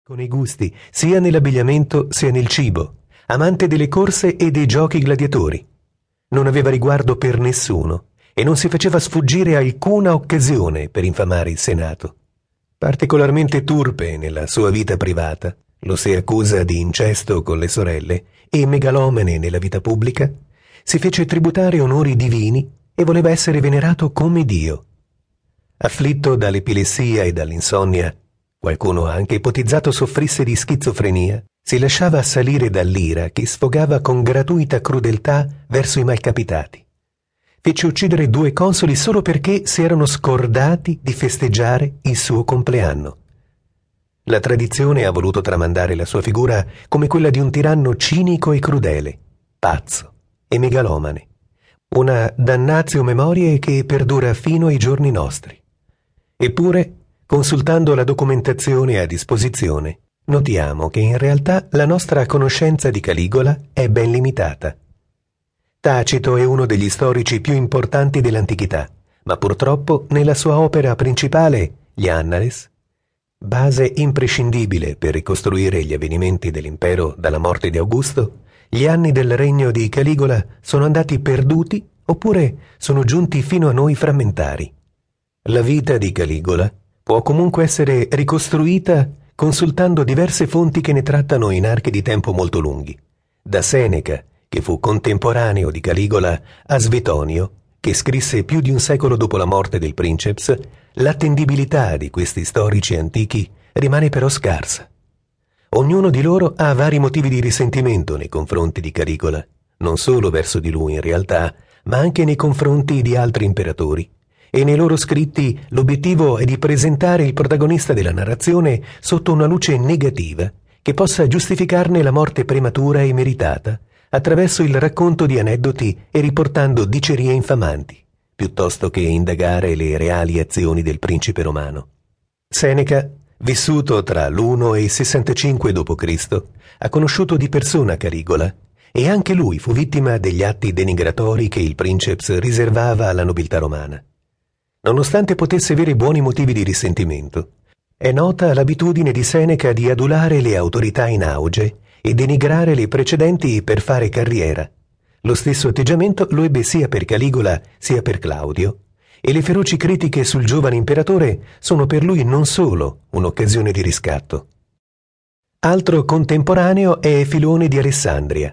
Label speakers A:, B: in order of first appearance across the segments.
A: con i gusti, sia nell'abbigliamento sia nel cibo, amante delle corse e dei giochi gladiatori. Non aveva riguardo per nessuno e non si faceva sfuggire alcuna occasione per infamare il Senato. Particolarmente turpe nella sua vita privata, lo si accusa di incesto con le sorelle e megalomane nella vita pubblica, si fece tributare onori divini e voleva essere venerato come Dio. Afflitto dall'epilessia e dall'insonnia, qualcuno ha anche ipotizzato soffrisse di schizofrenia, si lasciava assalire dall'ira che sfogava con gratuita crudeltà verso i malcapitati. Fece uccidere 2 consoli solo perché si erano scordati di festeggiare il suo compleanno. La tradizione ha voluto tramandare la sua figura come quella di un tiranno cinico e crudele, pazzo e megalomane, una damnatio memoriae che perdura fino ai giorni nostri. Eppure, consultando la documentazione a disposizione, notiamo che in realtà la nostra conoscenza di Caligola è ben limitata. Tacito è uno degli storici più importanti dell'antichità, ma purtroppo nella sua opera principale, gli Annales, base imprescindibile per ricostruire gli avvenimenti dell'impero dalla morte di Augusto, gli anni del regno di Caligola sono andati perduti oppure sono giunti fino a noi frammentari. La vita di Caligola può comunque essere ricostruita consultando diverse fonti che ne trattano in archi di tempo molto lunghi, da Seneca, che fu contemporaneo di Caligola, a Svetonio, che scrisse più di un secolo dopo la morte del princeps. L'attendibilità di questi storici antichi rimane però scarsa. Ognuno di loro ha vari motivi di risentimento nei confronti di Caligola, non solo verso di lui in realtà, ma anche nei confronti di altri imperatori. E nei loro scritti l'obiettivo è di presentare il protagonista della narrazione sotto una luce negativa che possa giustificarne la morte prematura e meritata attraverso il racconto di aneddoti e riportando dicerie infamanti, piuttosto che indagare le reali azioni del principe romano. Seneca, vissuto tra l'1 e il 65 d.C., ha conosciuto di persona Caligola e anche lui fu vittima degli atti denigratori che il princeps riservava alla nobiltà romana. Nonostante potesse avere buoni motivi di risentimento, è nota l'abitudine di Seneca di adulare le autorità in auge e denigrare le precedenti per fare carriera. Lo stesso atteggiamento lo ebbe sia per Caligola sia per Claudio, e le feroci critiche sul giovane imperatore sono per lui non solo un'occasione di riscatto. Altro contemporaneo è Filone di Alessandria,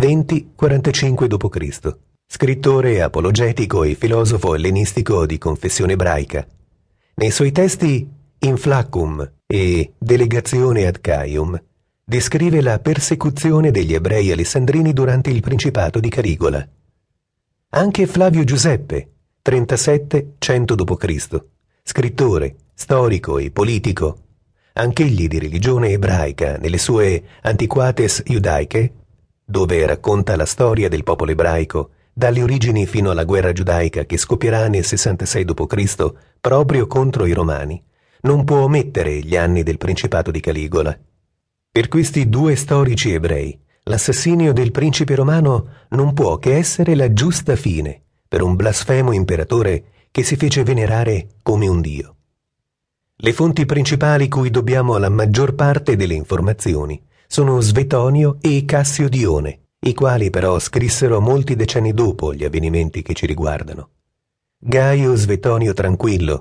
A: 20-45 d.C., scrittore apologetico e filosofo ellenistico di confessione ebraica. Nei suoi testi In Flaccum e Delegazione ad Caium descrive la persecuzione degli ebrei alessandrini durante il principato di Caligola. Anche Flavio Giuseppe, 37-100 d.C., scrittore, storico e politico, anch'egli di religione ebraica, nelle sue Antiquates Iudaiche, dove racconta la storia del popolo ebraico dalle origini fino alla guerra giudaica che scoppierà nel 66 d.C. proprio contro i Romani, non può omettere gli anni del principato di Caligola. Per questi 2 storici ebrei, l'assassinio del principe romano non può che essere la giusta fine per un blasfemo imperatore che si fece venerare come un dio. Le fonti principali cui dobbiamo la maggior parte delle informazioni sono Svetonio e Cassio Dione, i quali però scrissero molti decenni dopo gli avvenimenti che ci riguardano. Gaio Svetonio Tranquillo,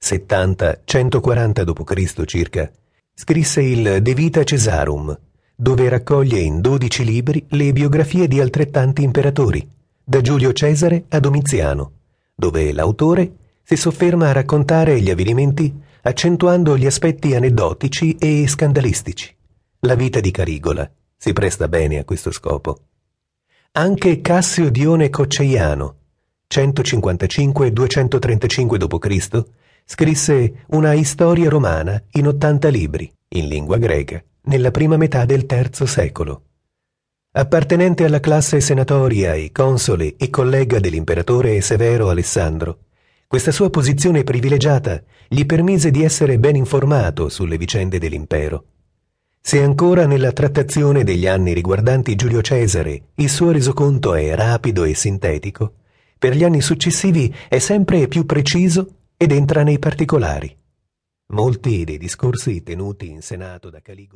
A: 70-140 d.C. circa, scrisse il De Vita Caesarum, dove raccoglie in 12 libri le biografie di altrettanti imperatori, da Giulio Cesare a Domiziano, dove l'autore si sofferma a raccontare gli avvenimenti accentuando gli aspetti aneddotici e scandalistici. La vita di Caligola si presta bene a questo scopo. Anche Cassio Dione Cocceiano, 155-235 d.C., scrisse una storia romana in 80 libri, in lingua greca, nella prima metà del III secolo. Appartenente alla classe senatoria e console e collega dell'imperatore Severo Alessandro, questa sua posizione privilegiata gli permise di essere ben informato sulle vicende dell'impero. Se ancora nella trattazione degli anni riguardanti Giulio Cesare il suo resoconto è rapido e sintetico, per gli anni successivi è sempre più preciso ed entra nei particolari. Molti dei discorsi tenuti in Senato da Caligola